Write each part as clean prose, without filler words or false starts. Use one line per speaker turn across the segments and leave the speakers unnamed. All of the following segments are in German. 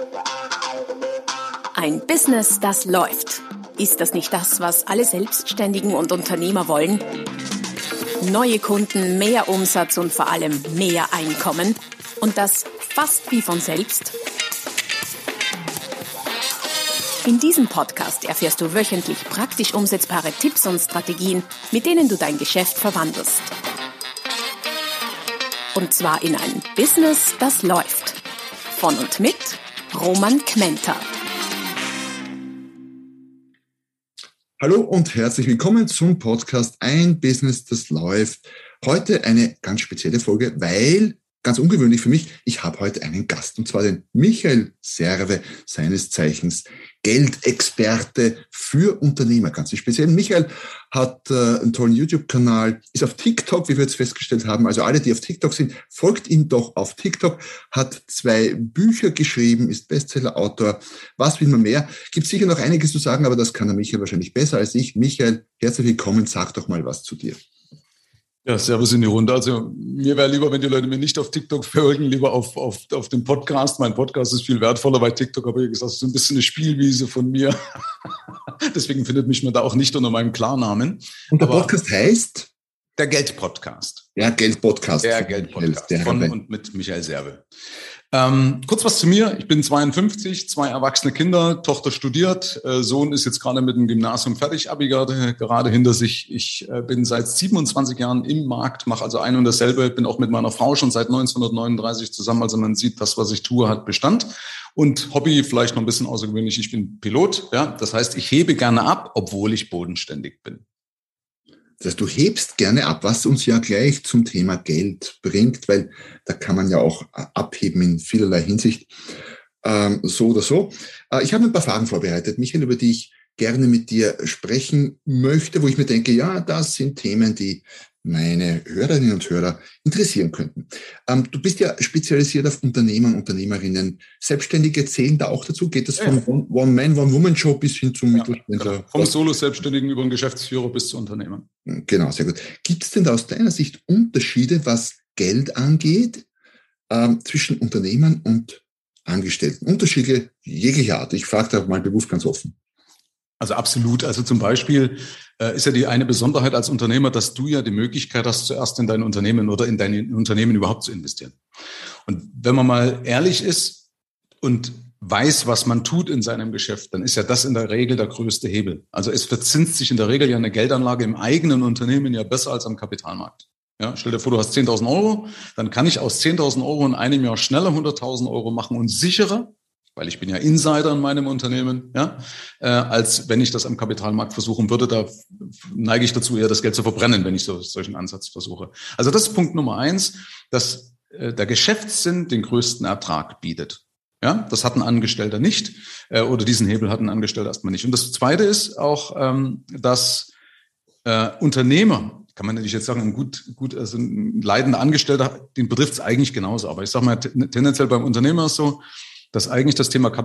Ein Business, das läuft. Ist das nicht das, was alle Selbstständigen und Unternehmer wollen? Neue Kunden, mehr Umsatz und vor allem mehr Einkommen. Und das fast wie von selbst? In diesem Podcast erfährst du wöchentlich praktisch umsetzbare Tipps und Strategien, mit denen du dein Geschäft verwandelst. Und zwar in ein Business, das läuft. Von und mit Roman Kmenter.
Hallo und herzlich willkommen zum Podcast Ein Business, das läuft. Heute eine ganz spezielle Folge, weil, ganz ungewöhnlich für mich, ich habe heute einen Gast, und zwar den Michael Serve, seines Zeichens Geldexperte für Unternehmer. Ganz speziell. Michael hat einen tollen YouTube-Kanal, ist auf TikTok, wie wir jetzt festgestellt haben. Also alle, die auf TikTok sind, folgt ihm doch auf TikTok, hat 2 Bücher geschrieben, ist Bestseller-Autor. Was will man mehr? Gibt sicher noch einiges zu sagen, aber das kann der Michael wahrscheinlich besser als ich. Michael, herzlich willkommen. Sag doch mal was zu dir.
Ja, servus in die Runde. Also mir wäre lieber, wenn die Leute mir nicht auf TikTok folgen, lieber auf dem Podcast. Mein Podcast ist viel wertvoller, weil TikTok, habe ich gesagt, ist so ein bisschen eine Spielwiese von mir. Deswegen findet mich man da auch nicht unter meinem Klarnamen.
Und der Podcast heißt?
Der Geld-Podcast.
Ja, Geld-Podcast.
Der Geld-Podcast von und mit Michael Serve. Kurz was zu mir. Ich bin 52, 2 erwachsene Kinder, Tochter studiert, Sohn ist jetzt gerade mit dem Gymnasium fertig, Abi gerade hinter sich. Ich bin seit 27 Jahren im Markt, mache also ein und dasselbe, bin auch mit meiner Frau schon seit 1939 zusammen. Also man sieht, das, was ich tue, hat Bestand. Und Hobby vielleicht noch ein bisschen außergewöhnlich, ich bin Pilot. Ja, das heißt, ich hebe gerne ab, obwohl ich bodenständig bin.
Das heißt, du hebst gerne ab, was uns ja gleich zum Thema Geld bringt, weil da kann man ja auch abheben in vielerlei Hinsicht, so oder so. Ich habe ein paar Fragen vorbereitet, Michael, über die ich gerne mit dir sprechen möchte, wo ich mir denke, ja, das sind Themen, die meine Hörerinnen und Hörer interessieren könnten. Du bist ja spezialisiert auf Unternehmer und Unternehmerinnen. Selbstständige zählen da auch dazu? Geht das von One-Man, One-Woman-Show bis hin zum Mittelständler?
Genau. Vom Solo-Selbstständigen über den Geschäftsführer bis zu Unternehmern.
Genau, sehr gut. Gibt es denn da aus deiner Sicht Unterschiede, was Geld angeht, zwischen Unternehmern und Angestellten? Unterschiede jeglicher Art. Ich frage da mal bewusst ganz offen.
Also absolut. Also zum Beispiel ist ja die eine Besonderheit als Unternehmer, dass du ja die Möglichkeit hast, zuerst in dein Unternehmen oder in dein Unternehmen überhaupt zu investieren. Und wenn man mal ehrlich ist und weiß, was man tut in seinem Geschäft, dann ist ja das in der Regel der größte Hebel. Also es verzinst sich in der Regel ja eine Geldanlage im eigenen Unternehmen ja besser als am Kapitalmarkt. Ja, stell dir vor, du hast 10.000 Euro, dann kann ich aus 10.000 Euro in einem Jahr schneller 100.000 Euro machen und sicherer, weil ich bin ja Insider in meinem Unternehmen, ja, als wenn ich das am Kapitalmarkt versuchen würde. Da neige ich dazu, eher das Geld zu verbrennen, wenn ich solchen Ansatz versuche. Also das ist Punkt Nummer 1, dass der Geschäftssinn den größten Ertrag bietet. Ja, das hat ein Angestellter nicht, oder diesen Hebel hat ein Angestellter erstmal nicht. Und das Zweite ist auch, dass Unternehmer, kann man natürlich jetzt sagen, also ein leidender Angestellter, den betrifft es eigentlich genauso. Aber ich sage mal, tendenziell beim Unternehmer ist so, dass eigentlich das Thema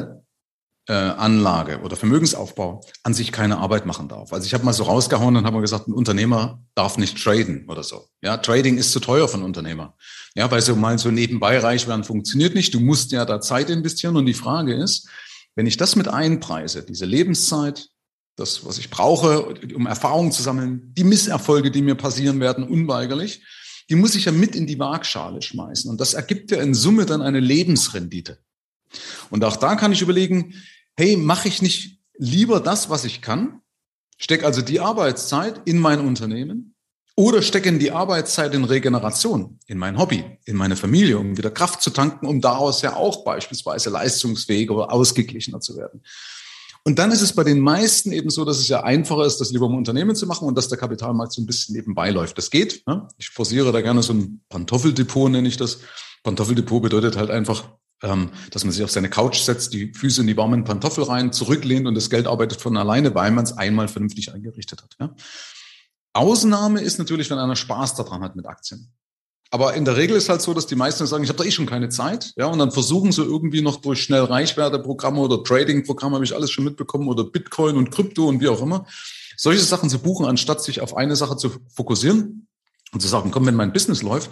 Kapitalanlage oder Vermögensaufbau an sich keine Arbeit machen darf. Also ich habe mal so rausgehauen und habe mal gesagt, ein Unternehmer darf nicht traden oder so. Ja, Trading ist zu teuer für einen Unternehmer. Ja, weil so mal so nebenbei reich werden funktioniert nicht. Du musst ja da Zeit investieren. Und die Frage ist, wenn ich das mit einpreise, diese Lebenszeit, das, was ich brauche, um Erfahrungen zu sammeln, die Misserfolge, die mir passieren werden, unweigerlich, die muss ich ja mit in die Waagschale schmeißen. Und das ergibt ja in Summe dann eine Lebensrendite. Und auch da kann ich überlegen, hey, mache ich nicht lieber das, was ich kann? Stecke also die Arbeitszeit in mein Unternehmen oder stecke in die Arbeitszeit in Regeneration, in mein Hobby, in meine Familie, um wieder Kraft zu tanken, um daraus ja auch beispielsweise leistungsfähiger oder ausgeglichener zu werden. Und dann ist es bei den meisten eben so, dass es ja einfacher ist, das lieber im Unternehmen zu machen und dass der Kapitalmarkt so ein bisschen nebenbei läuft. Das geht. Ne? Ich forciere da gerne so ein Pantoffeldepot, nenne ich das. Pantoffeldepot bedeutet halt einfach, dass man sich auf seine Couch setzt, die Füße in die warmen Pantoffel rein, zurücklehnt und das Geld arbeitet von alleine, weil man es einmal vernünftig eingerichtet hat. Ja? Ausnahme ist natürlich, wenn einer Spaß daran hat mit Aktien. Aber in der Regel ist halt so, dass die meisten sagen, ich habe da schon keine Zeit. Ja, und dann versuchen sie irgendwie noch durch schnell Reichwerteprogramme oder Trading-Programme, habe ich alles schon mitbekommen, oder Bitcoin und Krypto und wie auch immer, solche Sachen zu buchen, anstatt sich auf eine Sache zu fokussieren und zu sagen, komm, wenn mein Business läuft,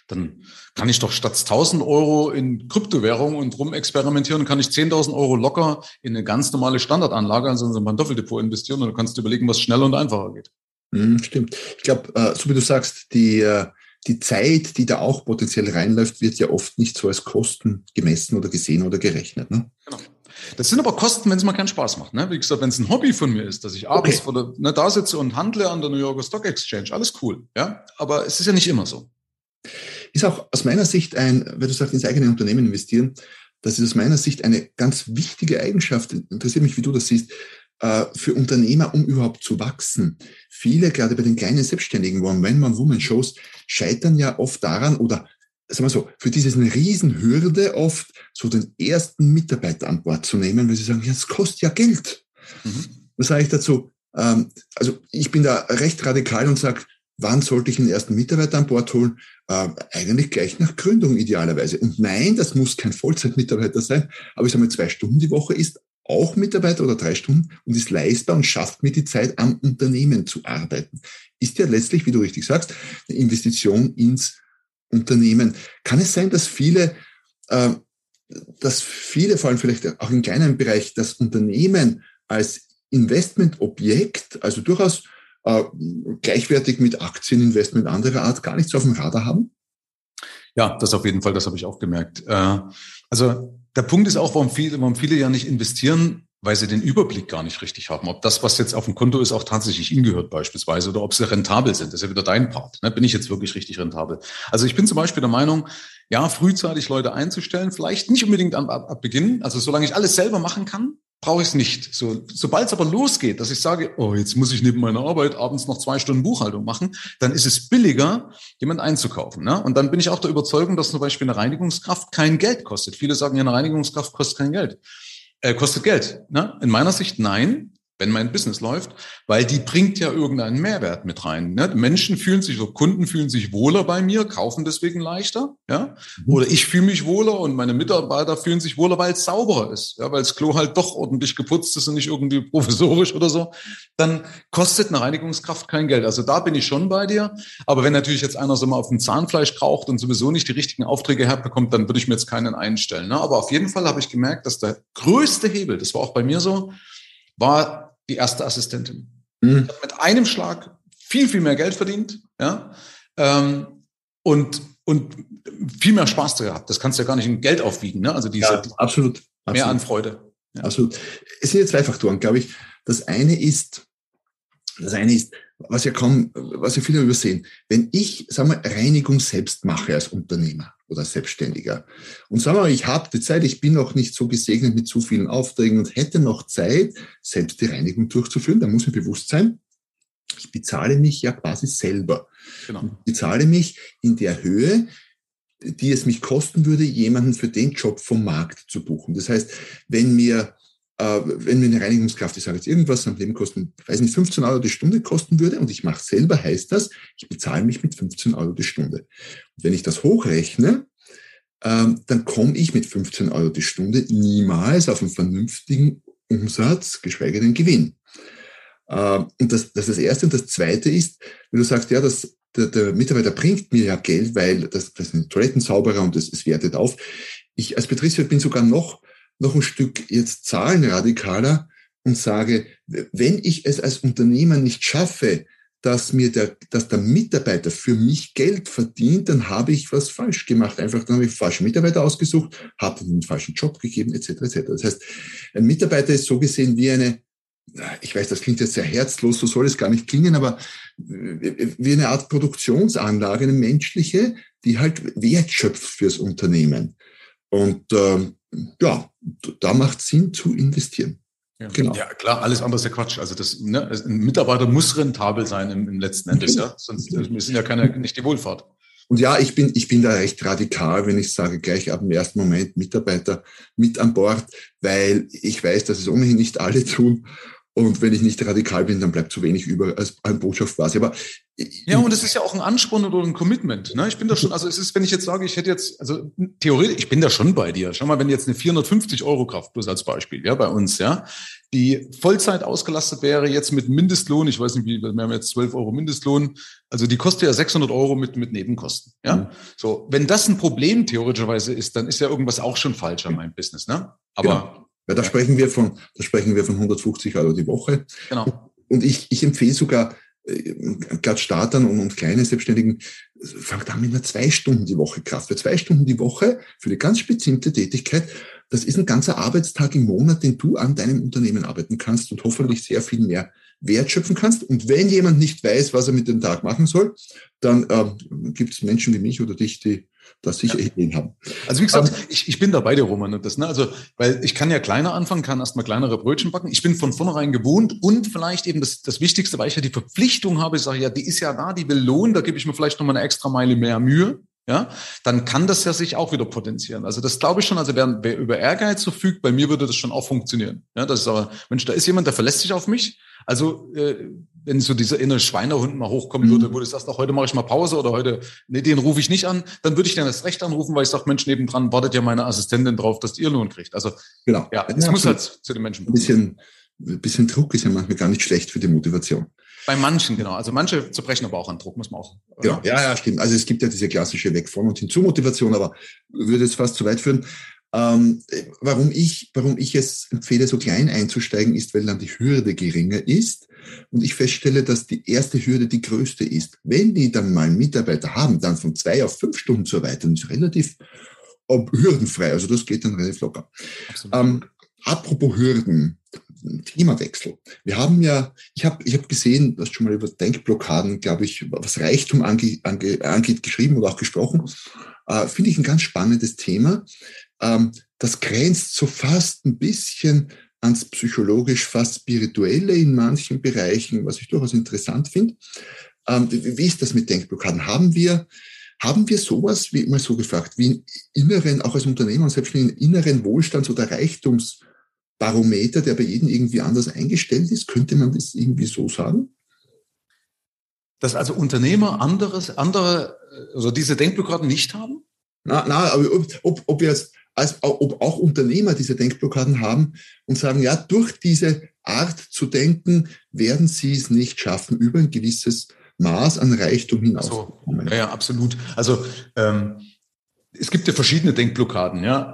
Dann kann ich doch statt 1.000 Euro in Kryptowährung und rumexperimentieren, kann ich 10.000 Euro locker in eine ganz normale Standardanlage, also in so ein Pantoffel-Depot investieren, und du kannst überlegen, was schneller und einfacher geht.
Stimmt. Ich glaube, so wie du sagst, die Zeit, die da auch potenziell reinläuft, wird ja oft nicht so als Kosten gemessen oder gesehen oder gerechnet. Ne?
Genau. Das sind aber Kosten, wenn es mal keinen Spaß macht. Ne? Wie gesagt, wenn es ein Hobby von mir ist, dass ich abends da sitze und handle an der New Yorker Stock Exchange, alles cool. Ja, aber es ist ja nicht immer so.
Ist auch aus meiner Sicht wenn du sagst, ins eigene Unternehmen investieren, das ist aus meiner Sicht eine ganz wichtige Eigenschaft. Interessiert mich, wie du das siehst, für Unternehmer, um überhaupt zu wachsen. Viele, gerade bei den kleinen Selbstständigen One-Man-Woman-Shows, scheitern ja oft daran, oder sagen wir so, für diese Riesenhürde oft so den ersten Mitarbeiter an Bord zu nehmen, weil sie sagen, ja, das kostet ja Geld. Was sage ich dazu? Also ich bin da recht radikal und sage, wann sollte ich den ersten Mitarbeiter an Bord holen? Eigentlich gleich nach Gründung idealerweise. Und nein, das muss kein Vollzeitmitarbeiter sein, aber ich sage mal, 2 Stunden die Woche ist auch Mitarbeiter oder 3 Stunden und ist leistbar und schafft mir die Zeit, am Unternehmen zu arbeiten. Ist ja letztlich, wie du richtig sagst, eine Investition ins Unternehmen. Kann es sein, dass viele, vor allem vielleicht auch im kleinen Bereich, das Unternehmen als Investmentobjekt, also durchaus gleichwertig mit Aktieninvestment anderer Art, gar nicht so auf dem Radar haben?
Ja, das auf jeden Fall, das habe ich auch gemerkt. Also der Punkt ist auch, warum viele ja nicht investieren, weil sie den Überblick gar nicht richtig haben. Ob das, was jetzt auf dem Konto ist, auch tatsächlich ihnen gehört beispielsweise, oder ob sie rentabel sind. Das ist ja wieder dein Part. Ne? Bin ich jetzt wirklich richtig rentabel? Also ich bin zum Beispiel der Meinung, ja, frühzeitig Leute einzustellen, vielleicht nicht unbedingt ab Beginn. Also solange ich alles selber machen kann, brauche ich es nicht. Sobald es aber losgeht, dass ich sage, oh, jetzt muss ich neben meiner Arbeit abends noch 2 Stunden Buchhaltung machen, dann ist es billiger, jemand einzukaufen. Ne? Und dann bin ich auch der Überzeugung, dass zum Beispiel eine Reinigungskraft kein Geld kostet. Viele sagen ja, eine Reinigungskraft kostet kein Geld. Kostet Geld. Ne? In meiner Sicht nein, wenn mein Business läuft, weil die bringt ja irgendeinen Mehrwert mit rein. Ne? Kunden fühlen sich wohler bei mir, kaufen deswegen leichter. Ja? Oder ich fühle mich wohler und meine Mitarbeiter fühlen sich wohler, weil es sauberer ist. Ja? Weil das Klo halt doch ordentlich geputzt ist und nicht irgendwie provisorisch oder so. Dann kostet eine Reinigungskraft kein Geld. Also da bin ich schon bei dir. Aber wenn natürlich jetzt einer so mal auf dem Zahnfleisch kraucht und sowieso nicht die richtigen Aufträge herbekommt, dann würde ich mir jetzt keinen einstellen. Ne? Aber auf jeden Fall habe ich gemerkt, dass der größte Hebel, das war auch bei mir so, war die erste Assistentin. Ich habe mit einem Schlag viel, viel mehr Geld verdient, ja, und viel mehr Spaß gehabt. Das kannst du ja gar nicht in Geld aufwiegen, ne? Also
absolut.
Mehr an Freude. Ja.
Absolut. Es sind ja 2 Faktoren, glaube ich. Das eine ist, was ja viele übersehen. Wenn ich, sagen wir, Reinigung selbst mache als Unternehmer oder Selbstständiger und sagen wir, ich habe die Zeit, ich bin noch nicht so gesegnet mit zu vielen Aufträgen und hätte noch Zeit, selbst die Reinigung durchzuführen, dann muss mir bewusst sein, ich bezahle mich ja quasi selber.
Genau.
Ich bezahle mich in der Höhe, die es mich kosten würde, jemanden für den Job vom Markt zu buchen. Das heißt, wenn mir eine Reinigungskraft, ich sage jetzt irgendwas, am Nebenkosten, weiß nicht, 15 Euro die Stunde kosten würde und ich mache selber, heißt das, ich bezahle mich mit 15 Euro die Stunde. Und wenn ich das hochrechne, dann komme ich mit 15 Euro die Stunde niemals auf einen vernünftigen Umsatz, geschweige denn Gewinn. Und das ist das Erste. Und das Zweite ist, wenn du sagst, ja, der Mitarbeiter bringt mir ja Geld, weil das sind Toiletten sauberer und es wertet auf. Ich als Betriebswirt bin sogar noch ein Stück jetzt zahlenradikaler und sage, wenn ich es als Unternehmer nicht schaffe, dass der Mitarbeiter für mich Geld verdient, dann habe ich was falsch gemacht. Einfach, dann habe ich falsche Mitarbeiter ausgesucht, habe den falschen Job gegeben, etc., etc. Das heißt, ein Mitarbeiter ist so gesehen wie ich weiß, das klingt jetzt sehr herzlos, so soll es gar nicht klingen, aber wie eine Art Produktionsanlage, eine menschliche, die halt Wert schöpft fürs Unternehmen. Und da macht es Sinn zu investieren.
Ja. Genau. Ja, klar, alles andere ist ja Quatsch. Also ein Mitarbeiter muss rentabel sein im letzten Endes, ja. Sonst wir sind ja nicht die Wohlfahrt.
Und ja, ich bin da recht radikal, wenn ich sage, gleich ab dem ersten Moment Mitarbeiter mit an Bord, weil ich weiß, dass es ohnehin nicht alle tun. Und wenn ich nicht radikal bin, dann bleibt zu wenig über als eine Botschaft quasi. Aber
ja, und es ist ja auch ein Ansporn oder ein Commitment. Ne? Ich bin da schon, also es ist, wenn ich jetzt sage, ich hätte jetzt, also theoretisch, ich bin da schon bei dir. Schau mal, wenn jetzt eine 450 € Kraft bloß als Beispiel, ja, bei uns, ja, die Vollzeit ausgelastet wäre jetzt mit Mindestlohn, ich weiß nicht, wir haben jetzt 12 € Mindestlohn, also die kostet ja 600 € mit Nebenkosten. Ja, so, wenn das ein Problem theoretischerweise ist, dann ist ja irgendwas auch schon falsch an meinem Business, ne? Aber
genau. Ja, da sprechen wir von 150 € die Woche.
genau.
Und ich empfehle sogar gerade Startern und kleine Selbstständigen, fangt an mit einer 2 Stunden die Woche Kraft. Für 2 Stunden die Woche für eine ganz spezifische Tätigkeit, das ist ein ganzer Arbeitstag im Monat, den du an deinem Unternehmen arbeiten kannst und hoffentlich sehr viel mehr Wert schöpfen kannst. Und wenn jemand nicht weiß, was er mit dem Tag machen soll, dann gibt es Menschen wie mich oder dich, die das sicher Ideen haben.
Also wie gesagt, ich bin da bei dir, Roman. Und das, ne? Also, weil ich kann ja kleiner anfangen, kann erstmal kleinere Brötchen backen. Ich bin von vornherein gewohnt und vielleicht eben das Wichtigste, weil ich ja die Verpflichtung habe, ich sage, ja, die ist ja da, die will Lohn, da gebe ich mir vielleicht nochmal eine extra Meile mehr Mühe. Ja, dann kann das ja sich auch wieder potenzieren. Also das glaube ich schon, also wer über Ehrgeiz verfügt, bei mir würde das schon auch funktionieren. Ja, das ist aber, Mensch, da ist jemand, der verlässt sich auf mich. Also wenn so dieser innere Schweinehund mal hochkommen würde, wo du sagst, ach, heute mache ich mal Pause oder heute, nee, den rufe ich nicht an, dann würde ich den erst recht anrufen, weil ich sage, Mensch, nebendran wartet ja meine Assistentin drauf, dass die ihr Lohn kriegt. Also
genau.
Ja, es muss halt zu den Menschen
passen. Ein bisschen Druck ist ja manchmal gar nicht schlecht für die Motivation.
Bei manchen, genau. Also manche zerbrechen aber auch an Druck, muss man auch.
Genau. Ja, stimmt. Also es gibt ja diese klassische Weg von und hinzu Motivation, aber würde jetzt fast zu weit führen. Warum ich es empfehle, so klein einzusteigen, ist, weil dann die Hürde geringer ist und ich feststelle, dass die erste Hürde die größte ist. Wenn die dann mal Mitarbeiter haben, dann von 2 auf 5 Stunden zu erweitern, ist relativ hürdenfrei. Also das geht dann relativ locker. Apropos Hürden, Themawechsel. Wir haben ja, ich habe gesehen, du hast schon mal über Denkblockaden, glaube ich, was Reichtum angeht, geschrieben oder auch gesprochen. Finde ich ein ganz spannendes Thema. Das grenzt so fast ein bisschen ans psychologisch, fast spirituelle in manchen Bereichen, was ich durchaus interessant finde. Wie ist das mit Denkblockaden? Haben wir sowas, wie mal so gefragt, wie einen inneren, auch als Unternehmer und selbst einen inneren Wohlstands- oder Reichtumsbarometer, der bei jedem irgendwie anders eingestellt ist? Könnte man das irgendwie so sagen?
Dass also Unternehmer andere, also diese Denkblockaden nicht haben?
Aber ob wir jetzt, ob auch Unternehmer diese Denkblockaden haben und sagen, ja, durch diese Art zu denken werden sie es nicht schaffen, über ein gewisses Maß an Reichtum hinauszukommen.
Ja, absolut. Also es gibt ja verschiedene Denkblockaden, ja.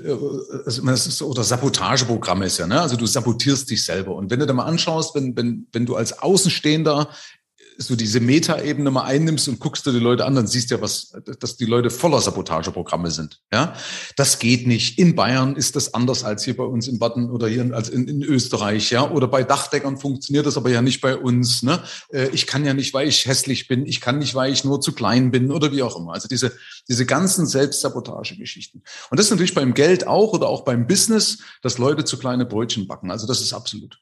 Oder Sabotageprogramme ist ja, ne? Also du sabotierst dich selber. Und wenn du da mal anschaust, wenn du als Außenstehender so diese Metaebene mal einnimmst und guckst dir die Leute an, dann siehst du ja, dass die Leute voller Sabotageprogramme sind. Ja, das geht nicht. In Bayern ist das anders als hier bei uns in Baden oder hier als in Österreich. Ja, oder bei Dachdeckern funktioniert das aber ja nicht bei uns. Ne? Ich kann ja nicht, weil ich hässlich bin. Ich kann nicht, weil ich nur zu klein bin oder wie auch immer. Also diese ganzen Selbstsabotagegeschichten. Und das ist natürlich beim Geld auch oder auch beim Business, dass Leute zu kleine Brötchen backen. Also das ist absolut.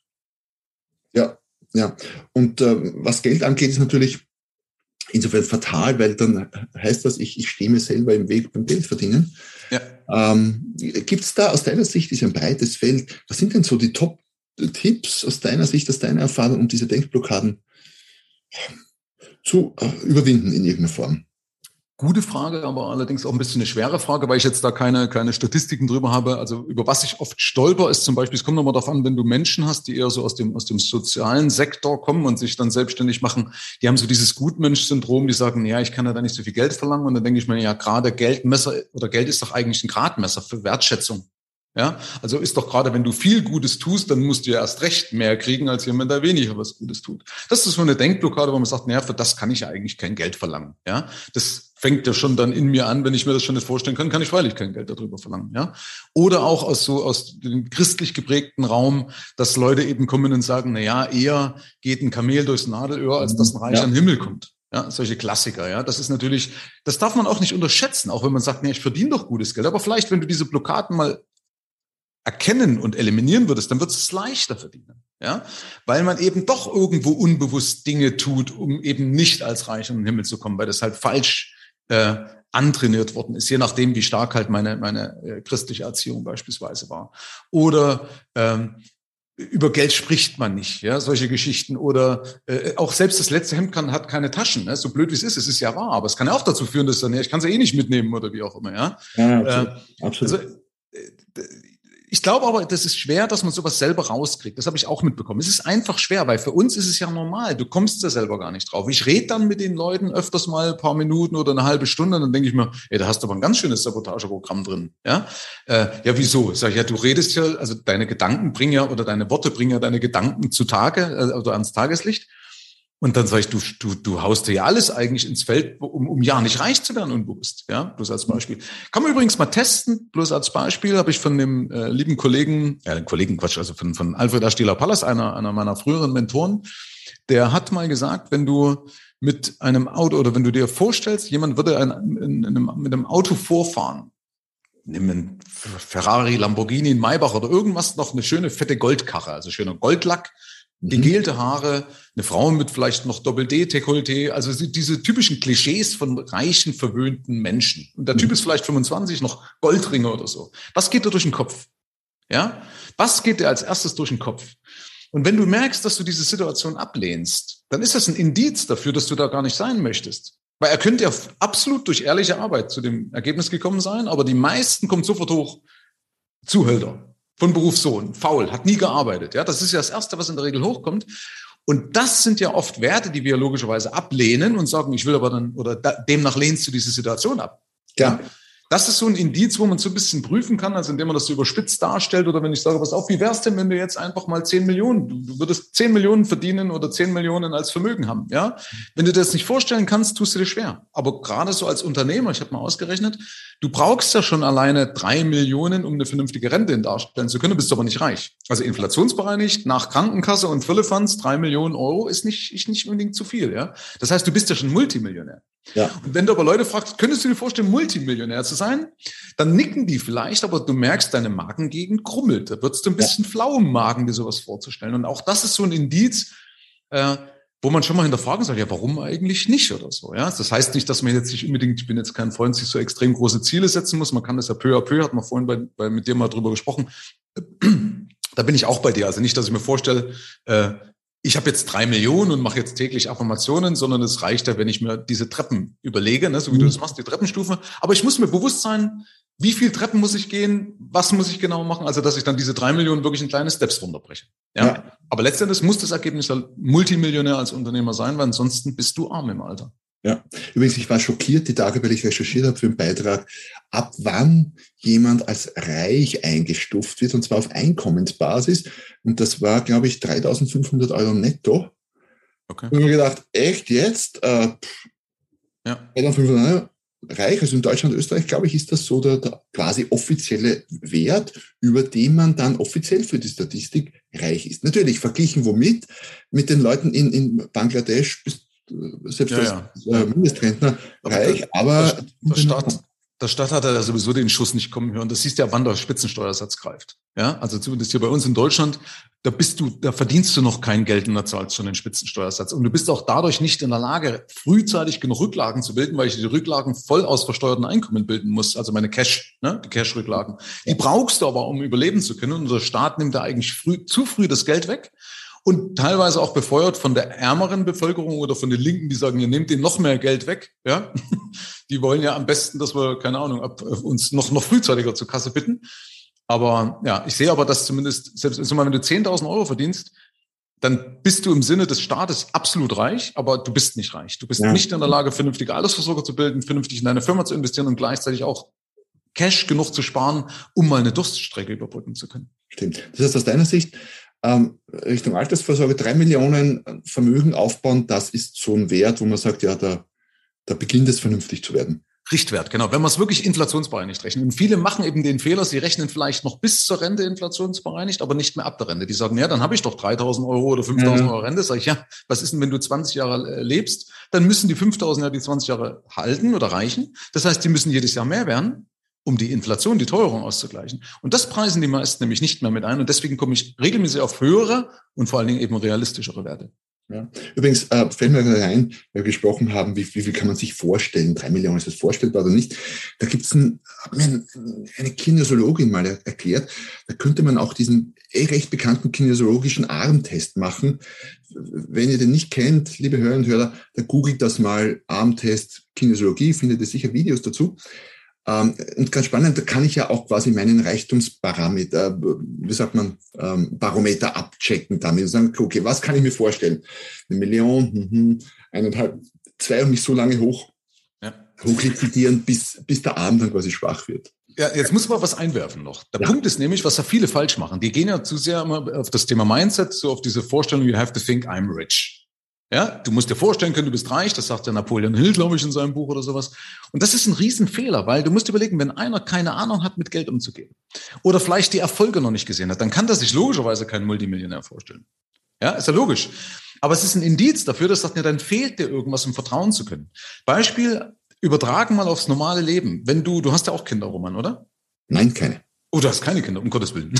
Ja, und was Geld angeht, ist natürlich insofern fatal, weil dann heißt das, ich stehe mir selber im Weg beim Geldverdienen. Ja. Gibt es da aus deiner Sicht, ist ein breites Feld, was sind denn so die Top-Tipps aus deiner Sicht, aus deiner Erfahrung, um diese Denkblockaden zu überwinden in irgendeiner Form?
Gute Frage, aber allerdings auch ein bisschen eine schwere Frage, weil ich jetzt da keine Statistiken drüber habe. Also über was ich oft stolper, ist zum Beispiel, es kommt nochmal darauf an, wenn du Menschen hast, die eher so aus dem sozialen Sektor kommen und sich dann selbstständig machen, die haben so dieses Gutmensch-Syndrom, die sagen, ja, ich kann ja da nicht so viel Geld verlangen. Und dann denke ich mir, ja, gerade Geldmesser oder Geld ist doch eigentlich ein Gradmesser für Wertschätzung. Ja, also ist doch gerade, wenn du viel Gutes tust, dann musst du ja erst recht mehr kriegen, als jemand, der weniger was Gutes tut. Das ist so eine Denkblockade, wo man sagt, naja, für das kann ich ja eigentlich kein Geld verlangen. Ja, das fängt ja schon dann in mir an, wenn ich mir das schon nicht vorstellen kann ich freilich kein Geld darüber verlangen. Ja, oder auch aus dem christlich geprägten Raum, dass Leute eben kommen und sagen, naja, eher geht ein Kamel durchs Nadelöhr, als dass ein Reich an den Himmel kommt. Ja, solche Klassiker, ja. Das ist natürlich, das darf man auch nicht unterschätzen, auch wenn man sagt, nee, ich verdiene doch gutes Geld. Aber vielleicht, wenn du diese Blockaden mal erkennen und eliminieren würdest, dann wird es leichter verdienen, ja, weil man eben doch irgendwo unbewusst Dinge tut, um eben nicht als Reich in den Himmel zu kommen, weil das halt falsch antrainiert worden ist, je nachdem, wie stark halt meine christliche Erziehung beispielsweise war. Oder über Geld spricht man nicht, ja, solche Geschichten. Oder auch selbst das letzte Hemd hat keine Taschen, ne? So blöd wie es ist ja wahr, aber es kann ja auch dazu führen, dass dann, ich kann es ja eh nicht mitnehmen oder wie auch immer, ja.
Ja, absolut. Absolut.
Also ich glaube aber, das ist schwer, dass man sowas selber rauskriegt. Das habe ich auch mitbekommen. Es ist einfach schwer, weil für uns ist es ja normal. Du kommst da selber gar nicht drauf. Ich rede dann mit den Leuten öfters mal ein paar Minuten oder eine halbe Stunde und dann denke ich mir, ey, da hast du aber ein ganz schönes Sabotageprogramm drin. Ja, ja, wieso? Sag ich, ja, du redest ja, also deine Gedanken bringen ja oder deine Worte bringen ja deine Gedanken zutage, oder ans Tageslicht. Und dann sage ich, du haust dir ja alles eigentlich ins Feld, um ja nicht reich zu werden unbewusst. Ja, bloß als Beispiel. Kann man übrigens mal testen, bloß als Beispiel habe ich von dem lieben Kollegen, also von Alfred Astila-Pallas, einer meiner früheren Mentoren, der hat mal gesagt, wenn du mit einem Auto oder wenn du dir vorstellst, jemand würde mit einem Auto vorfahren, nimm einen Ferrari, Lamborghini, einen Maybach oder irgendwas, noch eine schöne fette Goldkarre, also schöner Goldlack, gegelte Haare, eine Frau mit vielleicht noch Doppel-D-Dekolleté, also diese typischen Klischees von reichen, verwöhnten Menschen. Und der Typ ist vielleicht 25, noch Goldringe oder so. Was geht dir durch den Kopf? Ja? Was geht dir als erstes durch den Kopf? Und wenn du merkst, dass du diese Situation ablehnst, dann ist das ein Indiz dafür, dass du da gar nicht sein möchtest. Weil er könnte ja absolut durch ehrliche Arbeit zu dem Ergebnis gekommen sein, aber die meisten kommen sofort hoch, Zuhälter. Von Berufssohn, faul, hat nie gearbeitet. Ja, das ist ja das Erste, was in der Regel hochkommt. Und das sind ja oft Werte, die wir logischerweise ablehnen und sagen, ich will aber dann, oder demnach lehnst du diese Situation ab.
Ja.
Das ist so ein Indiz, wo man so ein bisschen prüfen kann, also indem man das so überspitzt darstellt oder wenn ich sage, pass auf, wie wär's denn, wenn du jetzt einfach mal 10 Millionen, du würdest 10 Millionen verdienen oder 10 Millionen als Vermögen haben, ja? Wenn du dir das nicht vorstellen kannst, tust du dir schwer. Aber gerade so als Unternehmer, ich habe mal ausgerechnet, du brauchst ja schon alleine 3 Millionen, um eine vernünftige Rente darstellen zu können, bist du aber nicht reich. Also inflationsbereinigt, nach Krankenkasse und Firlefanz, 3 Millionen Euro ist nicht unbedingt zu viel, ja? Das heißt, du bist ja schon Multimillionär.
Ja.
Und wenn du aber Leute fragst, könntest du dir vorstellen, Multimillionär zu sein? Dann nicken die vielleicht, aber du merkst, deine Magengegend krummelt. Da wird's du ein bisschen flau im Magen, dir sowas vorzustellen. Und auch das ist so ein Indiz, wo man schon mal hinterfragen soll, ja, warum eigentlich nicht oder so, ja? Das heißt nicht, dass man jetzt nicht unbedingt, ich bin jetzt kein Freund, sich so extrem große Ziele setzen muss. Man kann das ja peu à peu, hat man vorhin mit dir mal drüber gesprochen. Da bin ich auch bei dir. Also nicht, dass ich mir vorstelle, ich habe jetzt 3 Millionen und mache jetzt täglich Affirmationen, sondern es reicht ja, wenn ich mir diese Treppen überlege, ne, so wie du das machst, die Treppenstufe. Aber ich muss mir bewusst sein, wie viel Treppen muss ich gehen, was muss ich genau machen, also dass ich dann diese 3 Millionen wirklich in kleine Steps runterbreche. Ja? Aber letztendlich muss das Ergebnis halt Multimillionär als Unternehmer sein, weil ansonsten bist du arm im Alter.
Ja, übrigens, ich war schockiert die Tage, weil ich recherchiert habe für einen Beitrag, ab wann jemand als reich eingestuft wird, und zwar auf Einkommensbasis. Und das war, glaube ich, 3.500 Euro netto.
Okay.
Und ich habe mir gedacht, echt jetzt? 3.500 Euro reich, also in Deutschland, Österreich, glaube ich, ist das so der quasi offizielle Wert, über den man dann offiziell für die Statistik reich ist. Natürlich, verglichen womit? Mit den Leuten in Bangladesch bist selbst als Mindestrentner reich, aber
der Staat hat ja sowieso den Schuss nicht kommen hören. Das siehst ja, wann der Spitzensteuersatz greift. Ja, also zumindest hier bei uns in Deutschland, da verdienst du noch kein Geld und da zahlst schon den Spitzensteuersatz. Und du bist auch dadurch nicht in der Lage, frühzeitig genug Rücklagen zu bilden, weil ich die Rücklagen voll aus versteuerten Einkommen bilden muss. Also meine die Cash-Rücklagen. Die brauchst du aber, um überleben zu können. Und der Staat nimmt da eigentlich zu früh das Geld weg. Und teilweise auch befeuert von der ärmeren Bevölkerung oder von den Linken, die sagen, ihr nehmt denen noch mehr Geld weg. Ja, die wollen ja am besten, dass wir, keine Ahnung, uns noch frühzeitiger zur Kasse bitten. Aber ja, ich sehe aber, dass zumindest, selbst wenn du 10.000 Euro verdienst, dann bist du im Sinne des Staates absolut reich, aber du bist nicht reich. Du bist nicht in der Lage, vernünftige Altersvorsorge zu bilden, vernünftig in deine Firma zu investieren und gleichzeitig auch Cash genug zu sparen, um mal eine Durststrecke überbrücken zu können.
Stimmt. Das heißt, aus deiner Sicht, Richtung Altersvorsorge 3 Millionen Vermögen aufbauen, das ist so ein Wert, wo man sagt, ja, da beginnt es vernünftig zu werden.
Richtwert, genau. Wenn man es wirklich inflationsbereinigt rechnet. Und viele machen eben den Fehler, sie rechnen vielleicht noch bis zur Rente inflationsbereinigt, aber nicht mehr ab der Rente. Die sagen, ja, dann habe ich doch 3.000 Euro oder 5.000 Euro Rente. Sag ich, ja, was ist denn, wenn du 20 Jahre lebst? Dann müssen die 5.000 ja die 20 Jahre halten oder reichen. Das heißt, die müssen jedes Jahr mehr werden, um die Inflation, die Teuerung auszugleichen. Und das preisen die meisten nämlich nicht mehr mit ein. Und deswegen komme ich regelmäßig auf höhere und vor allen Dingen eben realistischere Werte.
Ja. Übrigens fällt mir gerade ein, weil wir gesprochen haben, wie viel kann man sich vorstellen, 3 Millionen, ist das vorstellbar oder nicht? Da gibt es hat mir eine Kinesiologin mal erklärt, da könnte man auch diesen recht bekannten kinesiologischen Armtest machen. Wenn ihr den nicht kennt, liebe Hörer und Hörer, da googelt das mal, Armtest Kinesiologie, findet ihr sicher Videos dazu. Und ganz spannend, da kann ich ja auch quasi meinen Reichtumsparameter, wie sagt man, Barometer abchecken damit und sagen, okay, was kann ich mir vorstellen? 1 Million, 1,5, 2 und mich so lange hochliquidieren, bis der Arm dann quasi schwach wird.
Ja, jetzt muss man was einwerfen noch. Der Punkt ist nämlich, was da viele falsch machen. Die gehen ja zu sehr immer auf das Thema Mindset, so auf diese Vorstellung, you have to think I'm rich. Ja, du musst dir vorstellen können, du bist reich, das sagt der Napoleon Hill, glaube ich, in seinem Buch oder sowas. Und das ist ein Riesenfehler, weil du musst überlegen, wenn einer keine Ahnung hat, mit Geld umzugehen oder vielleicht die Erfolge noch nicht gesehen hat, dann kann der sich logischerweise keinen Multimillionär vorstellen. Ja, ist ja logisch. Aber es ist ein Indiz dafür, dass sagt, ja, dann fehlt dir irgendwas, um vertrauen zu können. Beispiel, übertragen mal aufs normale Leben. Wenn du hast ja auch Kinder, Roman, oder?
Nein, keine.
Oh, du hast keine Kinder, um Gottes Willen.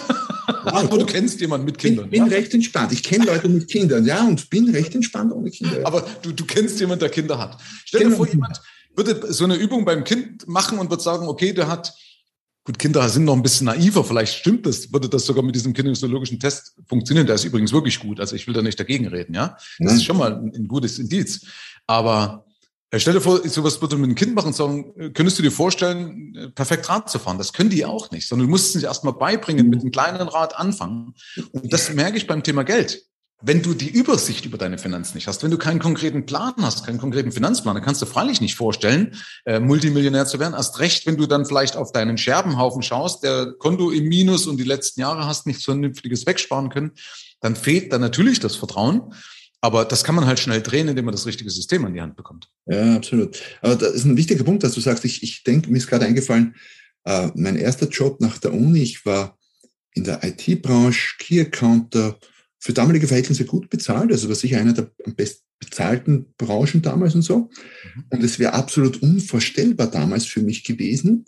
Aber du kennst jemanden mit Kindern.
Ich bin recht entspannt. Ich kenne Leute mit Kindern, ja, und bin recht entspannt ohne Kinder. Ja.
Aber du kennst jemanden, der Kinder hat. Stell dir vor, jemand würde so eine Übung beim Kind machen und würde sagen, okay, der hat, gut, Kinder sind noch ein bisschen naiver, vielleicht stimmt das, würde das sogar mit diesem kinesiologischen Test funktionieren. Der ist übrigens wirklich gut, also ich will da nicht dagegen reden, ja. Das ist schon mal ein gutes Indiz. Aber stell dir vor, sowas würde mit einem Kind machen und sagen, könntest du dir vorstellen, perfekt Rad zu fahren? Das können die auch nicht, sondern du musst es erst mal beibringen, mit einem kleinen Rad anfangen. Und das merke ich beim Thema Geld. Wenn du die Übersicht über deine Finanzen nicht hast, wenn du keinen konkreten Plan hast, keinen konkreten Finanzplan, dann kannst du freilich nicht vorstellen, Multimillionär zu werden. Erst recht, wenn du dann vielleicht auf deinen Scherbenhaufen schaust, der Konto im Minus und die letzten Jahre hast nicht so ein vernünftiges wegsparen können, dann fehlt da natürlich das Vertrauen. Aber das kann man halt schnell drehen, indem man das richtige System an die Hand bekommt.
Ja, absolut. Aber das ist ein wichtiger Punkt, dass du sagst, ich denke, mir ist gerade eingefallen, mein erster Job nach der Uni, ich war in der IT-Branche, Key-Accounter, für damalige Verhältnisse gut bezahlt, also war sicher einer der am besten bezahlten Branchen damals und so. Und es wäre absolut unvorstellbar damals für mich gewesen,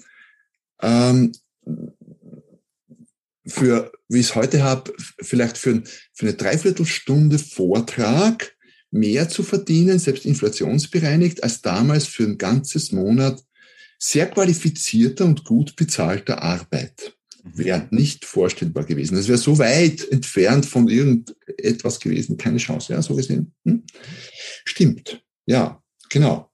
für, wie ich es heute habe, vielleicht für eine Dreiviertelstunde Vortrag mehr zu verdienen, selbst inflationsbereinigt, als damals für ein ganzes Monat sehr qualifizierter und gut bezahlter Arbeit. Wäre nicht vorstellbar gewesen. Das wäre so weit entfernt von irgendetwas gewesen. Keine Chance, ja, so gesehen. Stimmt, ja, genau.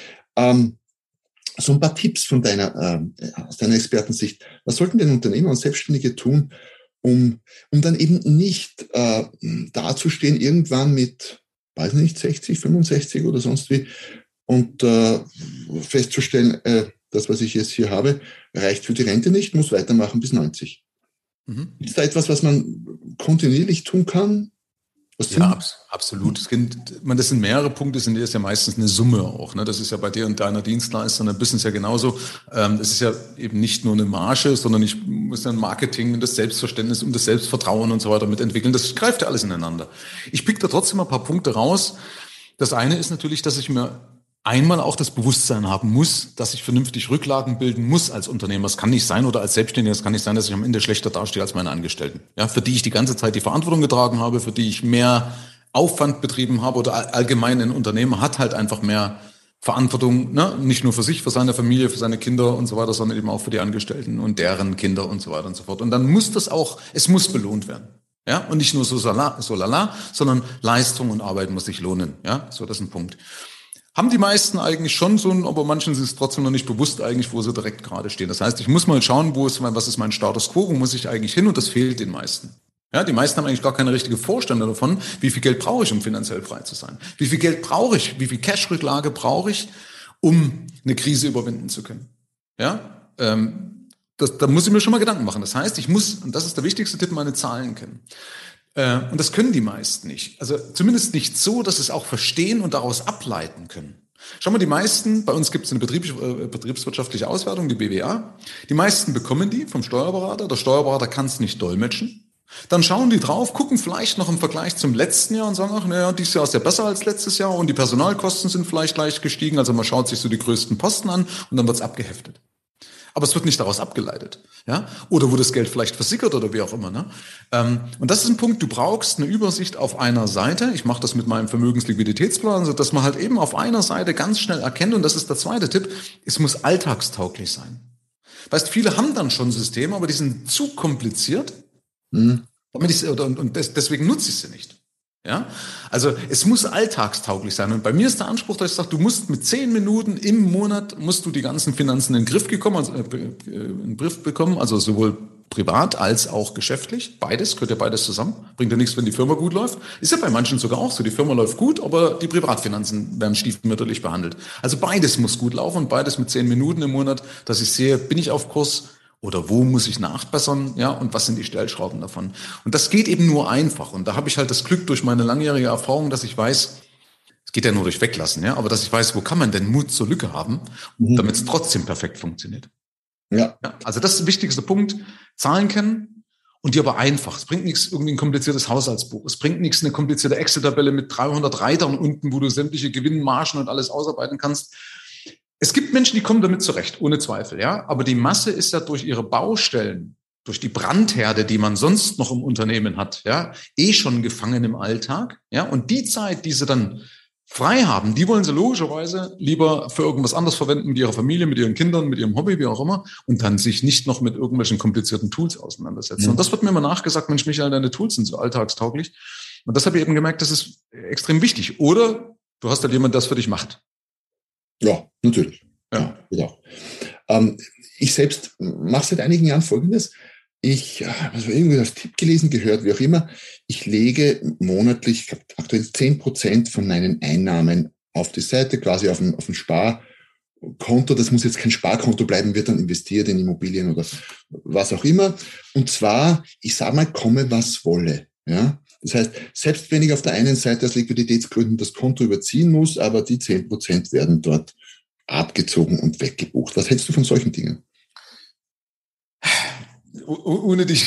So ein paar Tipps von aus deiner Expertensicht. Was sollten denn Unternehmer und Selbstständige tun, um dann eben nicht dazustehen irgendwann mit, weiß nicht, 60, 65 oder sonst wie und festzustellen, das, was ich jetzt hier habe, reicht für die Rente nicht, muss weitermachen bis 90. Ist da etwas, was man kontinuierlich tun kann?
Ja, absolut. Das sind mehrere Punkte, das ist ja meistens eine Summe auch. Ne? Das ist ja bei dir und deiner Dienstleistung, deinem Business ja genauso. Das ist ja eben nicht nur eine Marge, sondern ich muss dann Marketing und das Selbstverständnis und das Selbstvertrauen und so weiter mitentwickeln. Das greift ja alles ineinander. Ich pick da trotzdem ein paar Punkte raus. Das eine ist natürlich, dass ich mir einmal auch das Bewusstsein haben muss, dass ich vernünftig Rücklagen bilden muss als Unternehmer. Das kann nicht sein, oder als Selbstständiger, das kann nicht sein, dass ich am Ende schlechter dastehe als meine Angestellten. Ja, für die ich die ganze Zeit die Verantwortung getragen habe, für die ich mehr Aufwand betrieben habe oder allgemein ein Unternehmer hat halt einfach mehr Verantwortung, ne? Nicht nur für sich, für seine Familie, für seine Kinder und so weiter, sondern eben auch für die Angestellten und deren Kinder und so weiter und so fort. Und dann muss es muss belohnt werden. Ja, und nicht nur so lala, sondern Leistung und Arbeit muss sich lohnen. Ja, so, das ist ein Punkt. Haben die meisten eigentlich schon so, aber manchen sind es trotzdem noch nicht bewusst eigentlich, wo sie direkt gerade stehen. Das heißt, ich muss mal schauen, was ist mein Status quo, wo muss ich eigentlich hin, und das fehlt den meisten. Ja, die meisten haben eigentlich gar keine richtige Vorstellung davon, wie viel Geld brauche ich, um finanziell frei zu sein. Wie viel Geld brauche ich, wie viel Cash-Rücklage brauche ich, um eine Krise überwinden zu können. Ja, da muss ich mir schon mal Gedanken machen. Das heißt, und das ist der wichtigste Tipp, meine Zahlen kennen. Und das können die meisten nicht. Also zumindest nicht so, dass sie es auch verstehen und daraus ableiten können. Schau mal, die meisten, bei uns gibt es eine betriebswirtschaftliche Auswertung, die BWA. Die meisten bekommen die vom Steuerberater. Der Steuerberater kann es nicht dolmetschen. Dann schauen die drauf, gucken vielleicht noch im Vergleich zum letzten Jahr und sagen, ach, naja, dieses Jahr ist ja besser als letztes Jahr und die Personalkosten sind vielleicht leicht gestiegen. Also man schaut sich so die größten Posten an und dann wird's abgeheftet. Aber es wird nicht daraus abgeleitet. Ja? Oder wo das Geld vielleicht versickert oder wie auch immer. Ne? Und das ist ein Punkt, du brauchst eine Übersicht auf einer Seite. Ich mache das mit meinem Vermögensliquiditätsplan, sodass man halt eben auf einer Seite ganz schnell erkennt, und das ist der zweite Tipp, es muss alltagstauglich sein. Weißt, viele haben dann schon Systeme, aber die sind zu kompliziert, deswegen nutze ich sie nicht. Ja, also es muss alltagstauglich sein. Und bei mir ist der Anspruch, dass ich sage, du musst mit 10 Minuten im Monat musst du die ganzen Finanzen in den Griff bekommen, also sowohl privat als auch geschäftlich. Beides, gehört ja beides zusammen. Bringt ja nichts, wenn die Firma gut läuft. Ist ja bei manchen sogar auch so. Die Firma läuft gut, aber die Privatfinanzen werden stiefmütterlich behandelt. Also beides muss gut laufen und beides mit 10 Minuten im Monat, dass ich sehe, bin ich auf Kurs? Oder wo muss ich nachbessern? Ja, und was sind die Stellschrauben davon? Und das geht eben nur einfach. Und da habe ich halt das Glück durch meine langjährige Erfahrung, dass ich weiß, es geht ja nur durch Weglassen, ja, aber dass ich weiß, wo kann man denn Mut zur Lücke haben, damit es trotzdem perfekt funktioniert. Ja. Also das ist der wichtigste Punkt. Zahlen kennen und die aber einfach. Es bringt nichts, irgendwie ein kompliziertes Haushaltsbuch. Es bringt nichts, eine komplizierte Excel-Tabelle mit 300 Reitern unten, wo du sämtliche Gewinnmargen und alles ausarbeiten kannst. Es gibt Menschen, die kommen damit zurecht, ohne Zweifel, ja. Aber die Masse ist ja durch ihre Baustellen, durch die Brandherde, die man sonst noch im Unternehmen hat, ja, schon gefangen im Alltag, ja. Und die Zeit, die sie dann frei haben, die wollen sie logischerweise lieber für irgendwas anderes verwenden, mit ihrer Familie, mit ihren Kindern, mit ihrem Hobby, wie auch immer, und dann sich nicht noch mit irgendwelchen komplizierten Tools auseinandersetzen. Und das wird mir immer nachgesagt, Mensch, Michael, deine Tools sind so alltagstauglich. Und das habe ich eben gemerkt, das ist extrem wichtig. Oder du hast halt jemand, der das für dich macht.
Ja, natürlich. Ja. Ich selbst mache seit einigen Jahren Folgendes. Ich habe irgendwie als Tipp gelesen, gehört, wie auch immer. Ich lege monatlich, ich glaube aktuell 10% von meinen Einnahmen auf die Seite, quasi auf ein Sparkonto. Das muss jetzt kein Sparkonto bleiben, wird dann investiert in Immobilien oder was auch immer. Und zwar, ich sage mal, komme was wolle. Ja. Das heißt, selbst wenn ich auf der einen Seite aus Liquiditätsgründen das Konto überziehen muss, aber die 10% werden dort abgezogen und weggebucht. Was hältst du von solchen Dingen?
Ohne dich.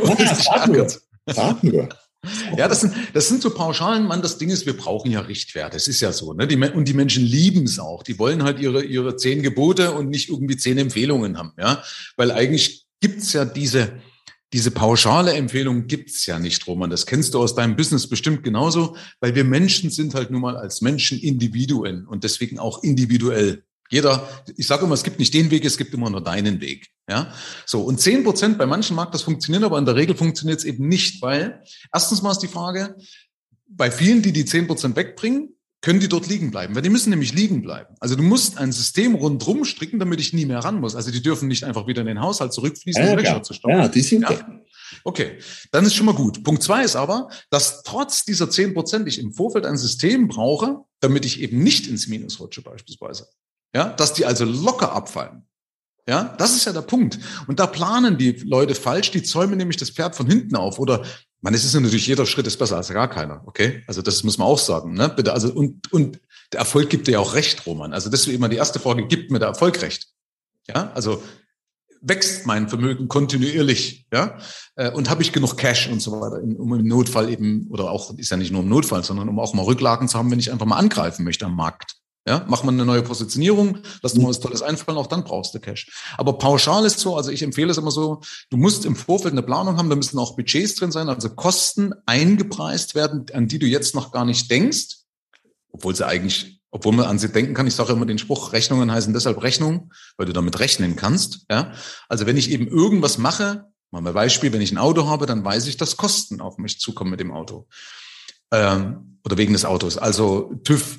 Sag nur.
Ja, das sind so Pauschalen, Mann. Das Ding ist, wir brauchen ja Richtwerte. Es ist ja so, ne? Und die Menschen lieben es auch. Die wollen halt ihre 10 Gebote und nicht irgendwie 10 Empfehlungen haben, ja. Weil eigentlich gibt's ja diese pauschale Empfehlung gibt's ja nicht, Roman. Das kennst du aus deinem Business bestimmt genauso, weil wir Menschen sind halt nun mal als Menschen Individuen und deswegen auch individuell. Ich sage immer, es gibt nicht den Weg, es gibt immer nur deinen Weg. Ja, so. Und 10% bei manchen mag das funktionieren, aber in der Regel funktioniert es eben nicht, weil erstens mal ist die Frage, bei vielen, die 10% wegbringen, können die dort liegen bleiben, weil die müssen nämlich liegen bleiben. Also du musst ein System rundherum stricken, damit ich nie mehr ran muss. Also die dürfen nicht einfach wieder in den Haushalt zurückfließen, um Löcher zu stoppen.
Ja, die sind
Okay, dann ist schon mal gut. Punkt 2 ist aber, dass trotz dieser 10% ich im Vorfeld ein System brauche, damit ich eben nicht ins Minus rutsche beispielsweise. Ja, dass die also locker abfallen. Ja, das ist ja der Punkt. Und da planen die Leute falsch, die zäumen nämlich das Pferd von hinten auf oder es ist ja natürlich, jeder Schritt ist besser als gar keiner, okay? Also das muss man auch sagen, ne? Bitte, also und der Erfolg gibt dir ja auch recht, Roman. Also deswegen immer die erste Frage, gibt mir der Erfolg recht? Ja, also wächst mein Vermögen kontinuierlich, ja? Und habe ich genug Cash und so weiter, um im Notfall eben, oder auch, ist ja nicht nur im Notfall, sondern um auch mal Rücklagen zu haben, wenn ich einfach mal angreifen möchte am Markt. Ja, mach mal eine neue Positionierung, lass dir mal was Tolles einfallen, auch dann brauchst du Cash. Aber pauschal ist so, also ich empfehle es immer so, du musst im Vorfeld eine Planung haben, da müssen auch Budgets drin sein, also Kosten eingepreist werden, an die du jetzt noch gar nicht denkst, obwohl man an sie denken kann. Ich sage immer den Spruch, Rechnungen heißen deshalb Rechnung, weil du damit rechnen kannst. Ja, also wenn ich eben irgendwas mache, mal ein Beispiel, wenn ich ein Auto habe, dann weiß ich, dass Kosten auf mich zukommen mit dem Auto. Oder wegen des Autos. Also TÜV,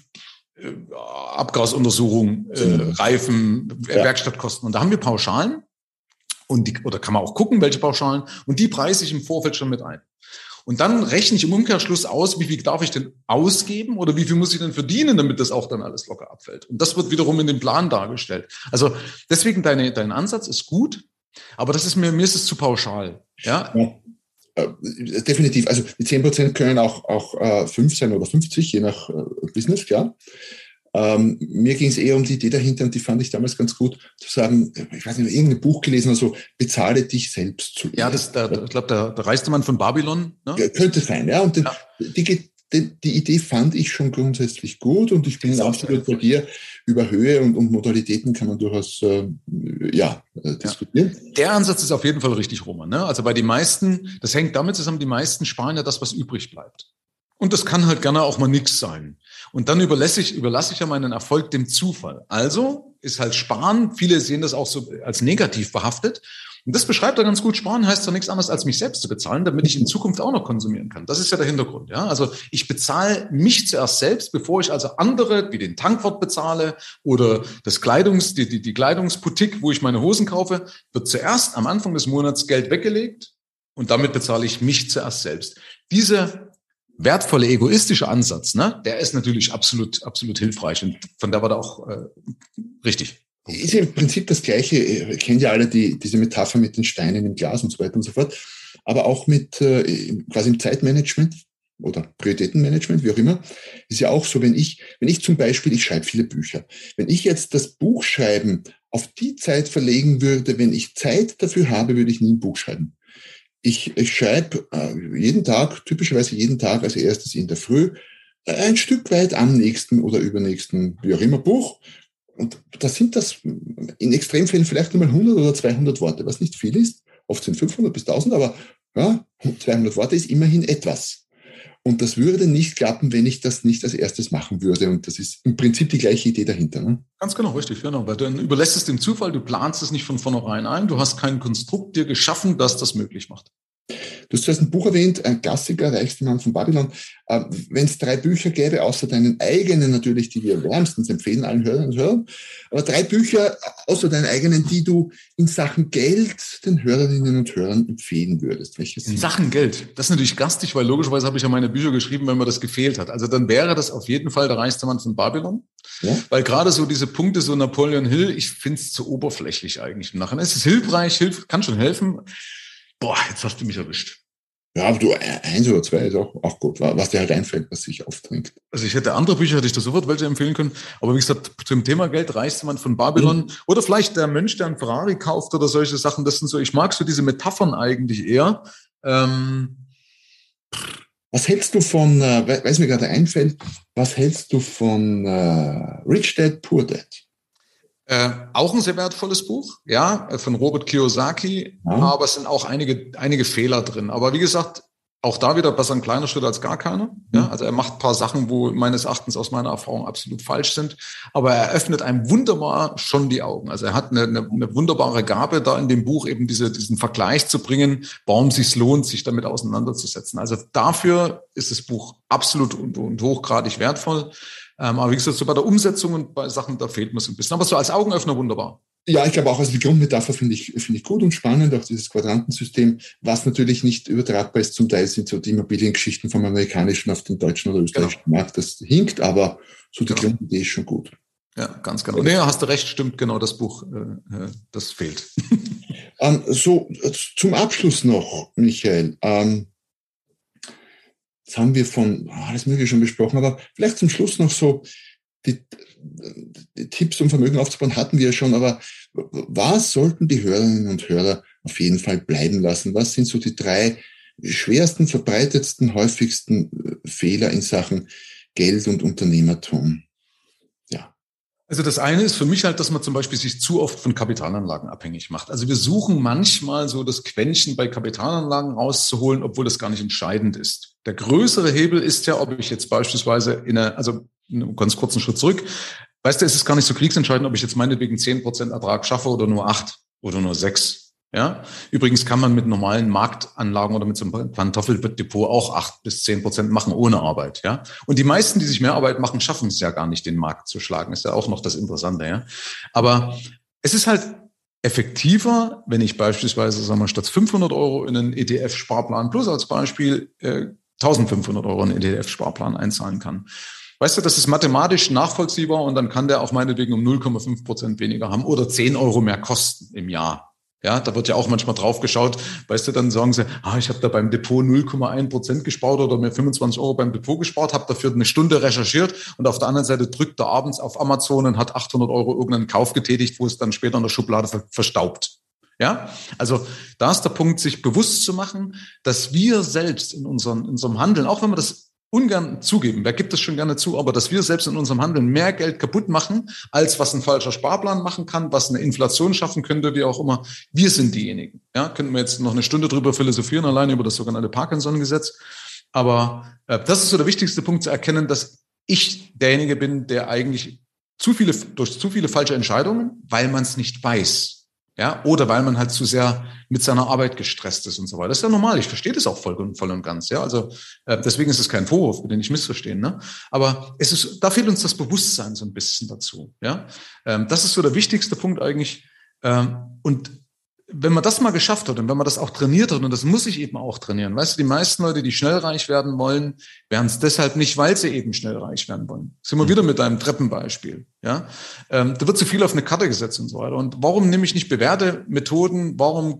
Abgasuntersuchung, Reifen, Werkstattkosten. Und da haben wir Pauschalen oder kann man auch gucken, welche Pauschalen, und die preise ich im Vorfeld schon mit ein. Und dann rechne ich im Umkehrschluss aus, wie viel darf ich denn ausgeben oder wie viel muss ich denn verdienen, damit das auch dann alles locker abfällt. Und das wird wiederum in dem Plan dargestellt. Also deswegen dein Ansatz ist gut, aber mir ist es zu pauschal. Ja.
Definitiv. Also die 10% können auch 5 sein oder 50, je nach Business, klar. Mir ging es eher um die Idee dahinter, und die fand ich damals ganz gut, zu sagen, ich weiß nicht, irgendein Buch gelesen oder so, bezahle dich selbst zu.
Ja, ich glaube, der reichste Mann von Babylon. Ne?
Könnte sein, ja. Und die die Idee fand ich schon grundsätzlich gut und ich bin absolut bei dir. Über Höhe und Modalitäten kann man durchaus diskutieren.
Ja. Der Ansatz ist auf jeden Fall richtig, Roman. Ne? Also bei den meisten, das hängt damit zusammen, die meisten sparen ja das, was übrig bleibt. Und das kann halt gerne auch mal nichts sein. Und dann überlasse ich ja meinen Erfolg dem Zufall. Also ist halt Sparen, viele sehen das auch so als negativ behaftet. Und das beschreibt er ganz gut. Sparen heißt doch nichts anderes, als mich selbst zu bezahlen, damit ich in Zukunft auch noch konsumieren kann. Das ist ja der Hintergrund. Ja? Also ich bezahle mich zuerst selbst, bevor ich also andere wie den Tankwart bezahle oder das die Kleidungsboutique, wo ich meine Hosen kaufe, wird zuerst am Anfang des Monats Geld weggelegt und damit bezahle ich mich zuerst selbst. Dieser wertvolle egoistische Ansatz, ne, der ist natürlich absolut hilfreich und von da war da auch richtig.
Ist ja im Prinzip das Gleiche, kennt ja alle diese Metapher mit den Steinen im Glas und so weiter und so fort, aber auch mit quasi im Zeitmanagement oder Prioritätenmanagement, wie auch immer, ist ja auch so, wenn ich zum Beispiel, ich schreibe viele Bücher, wenn ich jetzt das Buchschreiben auf die Zeit verlegen würde, wenn ich Zeit dafür habe, würde ich nie ein Buch schreiben. Ich schreibe typischerweise jeden Tag als erstes in der Früh ein Stück weit am nächsten oder übernächsten, wie auch immer, Buch. Und das sind in Extremfällen vielleicht einmal 100 oder 200 Worte, was nicht viel ist. Oft sind 500 bis 1000, aber ja, 200 Worte ist immerhin etwas. Und das würde nicht klappen, wenn ich das nicht als erstes machen würde. Und das ist im Prinzip die gleiche Idee dahinter. Ne?
Ganz genau, richtig. Genau. Weil du überlässt es dem Zufall, du planst es nicht von vornherein ein, du hast kein Konstrukt dir geschaffen, das das möglich macht.
Du hast zuerst ein Buch erwähnt, ein Klassiker, Der reichste Mann von Babylon. Wenn es 3 Bücher gäbe, außer deinen eigenen natürlich, die wir wärmstens empfehlen, allen Hörern und Hörern, aber 3 Bücher außer deinen eigenen, die du in Sachen Geld den Hörerinnen und Hörern empfehlen würdest. Welches
in Sachen Geld? Das ist natürlich gastig, weil logischerweise habe ich ja meine Bücher geschrieben, wenn mir das gefehlt hat. Also dann wäre das auf jeden Fall Der reichste Mann von Babylon. Ja? Weil gerade so diese Punkte, so Napoleon Hill, ich finde es zu oberflächlich eigentlich im Nachhinein. Es ist hilfreich, kann schon helfen. Boah, jetzt hast du mich erwischt.
Ja, aber du, 1 oder 2 ist auch gut, was dir halt einfällt, was sich aufdrängt.
Also ich hätte andere Bücher, hätte ich da sofort welche empfehlen können. Aber wie gesagt, zum Thema Geld, reichste Mann von Babylon oder vielleicht der Mönch, der einen Ferrari kauft oder solche Sachen, das sind so, ich mag so diese Metaphern eigentlich eher.
Was hältst du von, weiß mir gerade einfällt, was hältst du von Rich Dad, Poor Dad?
Auch ein sehr wertvolles Buch, ja, von Robert Kiyosaki, aber es sind auch einige Fehler drin. Aber wie gesagt, auch da wieder besser ein kleiner Schritt als gar keiner. Ja, also er macht ein paar Sachen, wo meines Erachtens aus meiner Erfahrung absolut falsch sind. Aber er öffnet einem wunderbar schon die Augen. Also er hat eine wunderbare Gabe, da in dem Buch eben diesen Vergleich zu bringen, warum es sich lohnt, sich damit auseinanderzusetzen. Also dafür ist das Buch absolut und hochgradig wertvoll. Aber wie gesagt, so bei der Umsetzung und bei Sachen, da fehlt mir so ein bisschen. Aber so als Augenöffner wunderbar.
Ja, ich glaube auch, also die Grundmetapher finde ich gut und spannend, auch dieses Quadrantensystem. Was natürlich nicht übertragbar ist, zum Teil sind so die Immobiliengeschichten vom amerikanischen auf den deutschen oder österreichischen Markt. Das hinkt, aber so die Grundidee ist schon gut.
Ja, ganz genau. Nee, hast du recht, stimmt, genau, das Buch, das fehlt.
So, zum Abschluss noch, Michael. Jetzt haben wir von alles Mögliche schon besprochen, aber vielleicht zum Schluss noch so die Tipps, um Vermögen aufzubauen, hatten wir ja schon, aber was sollten die Hörerinnen und Hörer auf jeden Fall bleiben lassen? Was sind so die 3 schwersten, verbreitetsten, häufigsten Fehler in Sachen Geld und Unternehmertum? Ja.
Also das eine ist für mich halt, dass man zum Beispiel sich zu oft von Kapitalanlagen abhängig macht. Also wir suchen manchmal so das Quäntchen bei Kapitalanlagen rauszuholen, obwohl das gar nicht entscheidend ist. Der größere Hebel ist ja, ob ich jetzt beispielsweise also einen ganz kurzen Schritt zurück, weißt du, es ist gar nicht so kriegsentscheidend, ob ich jetzt meinetwegen 10% Ertrag schaffe oder nur 8 oder nur 6. Ja? Übrigens kann man mit normalen Marktanlagen oder mit so einem Pantoffeldepot auch 8 bis 10% machen ohne Arbeit. Ja? Und die meisten, die sich mehr Arbeit machen, schaffen es ja gar nicht, den Markt zu schlagen. Ist ja auch noch das Interessante. Ja? Aber es ist halt effektiver, wenn ich beispielsweise, sagen wir, statt 500 € in einen ETF-Sparplan plus als Beispiel 1.500 € in einen ETF-Sparplan einzahlen kann. Weißt du, das ist mathematisch nachvollziehbar und dann kann der auch meinetwegen um 0,5% weniger haben oder 10 € mehr kosten im Jahr. Ja, da wird ja auch manchmal drauf geschaut. Weißt du, dann sagen sie, ich habe da beim Depot 0,1% gespart oder mir 25 € beim Depot gespart, habe dafür eine Stunde recherchiert und auf der anderen Seite drückt er abends auf Amazon und hat 800 € irgendeinen Kauf getätigt, wo es dann später in der Schublade verstaubt. Ja, also da ist der Punkt, sich bewusst zu machen, dass wir selbst in unserem Handeln, auch wenn wir das ungern zugeben. Wer gibt es schon gerne zu? Aber dass wir selbst in unserem Handeln mehr Geld kaputt machen, als was ein falscher Sparplan machen kann, was eine Inflation schaffen könnte, wie auch immer. Wir sind diejenigen. Ja, könnten wir jetzt noch eine Stunde drüber philosophieren, alleine über das sogenannte Parkinson-Gesetz. Aber das ist so der wichtigste Punkt zu erkennen, dass ich derjenige bin, der eigentlich durch zu viele falsche Entscheidungen, weil man es nicht weiß. Ja, oder weil man halt zu sehr mit seiner Arbeit gestresst ist und so weiter. Das ist ja normal. Ich verstehe das auch voll und ganz. Ja, also deswegen ist es kein Vorwurf, bitte nicht missverstehen. Ne? Aber da fehlt uns das Bewusstsein so ein bisschen dazu. Ja, das ist so der wichtigste Punkt eigentlich. Und wenn man das mal geschafft hat und wenn man das auch trainiert hat, und das muss ich eben auch trainieren, weißt du, die meisten Leute, die schnell reich werden wollen, werden es deshalb nicht, weil sie eben schnell reich werden wollen. Sind wir wieder mit deinem Treppenbeispiel. Ja, da wird zu viel auf eine Karte gesetzt und so weiter. Und warum nehme ich nicht bewährte Methoden?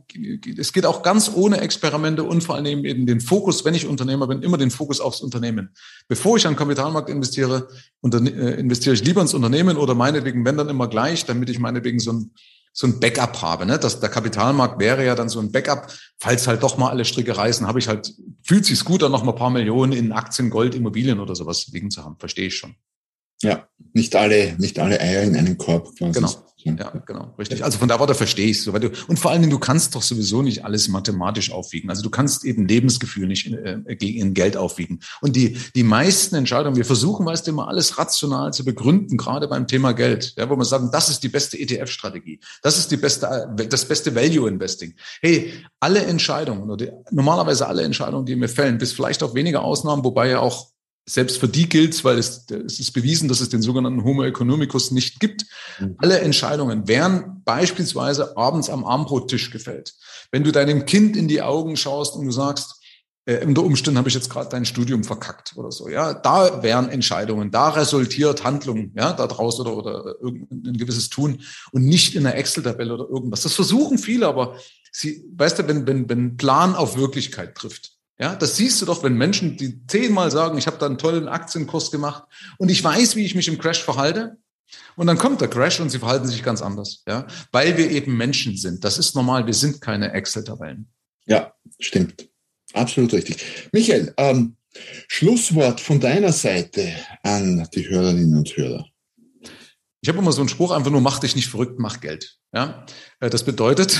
Es geht auch ganz ohne Experimente und vor allem eben den Fokus, wenn ich Unternehmer bin, immer den Fokus aufs Unternehmen. Bevor ich an den Kapitalmarkt investiere, investiere ich lieber ins Unternehmen oder meinetwegen, wenn dann immer gleich, damit ich meinetwegen so ein Backup habe, ne? Der Kapitalmarkt wäre ja dann so ein Backup, falls halt doch mal alle Stricke reißen, fühlt sich's gut, dann noch mal ein paar Millionen in Aktien, Gold, Immobilien oder sowas liegen zu haben. Verstehe ich schon.
Ja, nicht alle Eier in einen Korb quasi.
Genau. Ja, genau, richtig. Also von da verstehe ich es so. Und vor allen Dingen, du kannst doch sowieso nicht alles mathematisch aufwiegen. Also du kannst eben Lebensgefühl nicht in Geld aufwiegen. Und die meisten Entscheidungen, wir versuchen meist immer alles rational zu begründen, gerade beim Thema Geld, ja, wo wir sagen, das ist die beste ETF-Strategie. Das ist das beste Value-Investing. Hey, alle Entscheidungen normalerweise alle Entscheidungen, die mir fällen, bis vielleicht auch wenige Ausnahmen, wobei ja auch selbst für die gilt, weil es ist bewiesen, dass es den sogenannten Homo economicus nicht gibt. Alle Entscheidungen werden beispielsweise abends am Abendbrottisch gefällt. Wenn du deinem Kind in die Augen schaust und du sagst, unter Umständen habe ich jetzt gerade dein Studium verkackt oder so, ja, da wären Entscheidungen, da resultiert Handlung, ja, da draus oder irgendein gewisses Tun und nicht in einer Excel-Tabelle oder irgendwas. Das versuchen viele, aber weißt du, wenn Plan auf Wirklichkeit trifft, ja, das siehst du doch, wenn Menschen, die 10-mal sagen, ich habe da einen tollen Aktienkurs gemacht und ich weiß, wie ich mich im Crash verhalte. Und dann kommt der Crash und sie verhalten sich ganz anders, ja, weil wir eben Menschen sind. Das ist normal, wir sind keine Excel-Tabellen.
Ja, stimmt. Absolut richtig. Michael, Schlusswort von deiner Seite an die Hörerinnen und Hörer.
Ich habe immer so einen Spruch, einfach nur, mach dich nicht verrückt, mach Geld. Ja, das bedeutet,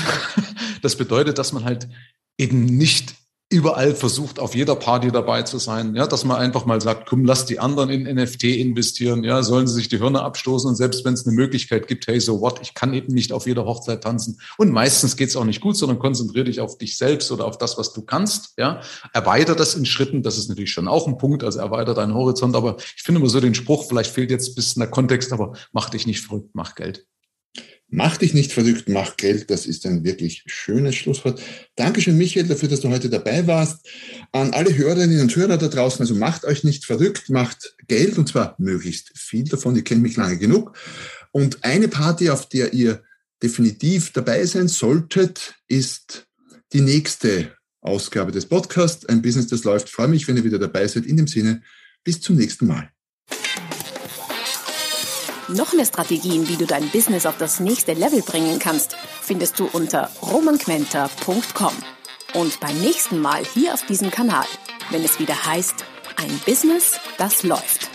dass man halt eben nicht überall versucht, auf jeder Party dabei zu sein, ja, dass man einfach mal sagt, komm, lass die anderen in NFT investieren, ja, sollen sie sich die Hirne abstoßen und selbst wenn es eine Möglichkeit gibt, hey, so what, ich kann eben nicht auf jeder Hochzeit tanzen und meistens geht's auch nicht gut, sondern konzentriere dich auf dich selbst oder auf das, was du kannst, ja, erweiter das in Schritten, das ist natürlich schon auch ein Punkt, also erweiter deinen Horizont, aber ich finde immer so den Spruch, vielleicht fehlt jetzt ein bisschen der Kontext, aber mach dich nicht verrückt, mach Geld.
Mach dich nicht verrückt, mach Geld. Das ist ein wirklich schönes Schlusswort. Dankeschön, Michael, dafür, dass du heute dabei warst. An alle Hörerinnen und Hörer da draußen, also macht euch nicht verrückt, macht Geld und zwar möglichst viel davon. Ihr kennt mich lange genug. Und eine Party, auf der ihr definitiv dabei sein solltet, ist die nächste Ausgabe des Podcasts. Ein Business, das läuft. Ich freue mich, wenn ihr wieder dabei seid. In dem Sinne, bis zum nächsten Mal.
Noch mehr Strategien, wie du dein Business auf das nächste Level bringen kannst, findest du unter romanquenter.com. Und beim nächsten Mal hier auf diesem Kanal, wenn es wieder heißt, ein Business, das läuft.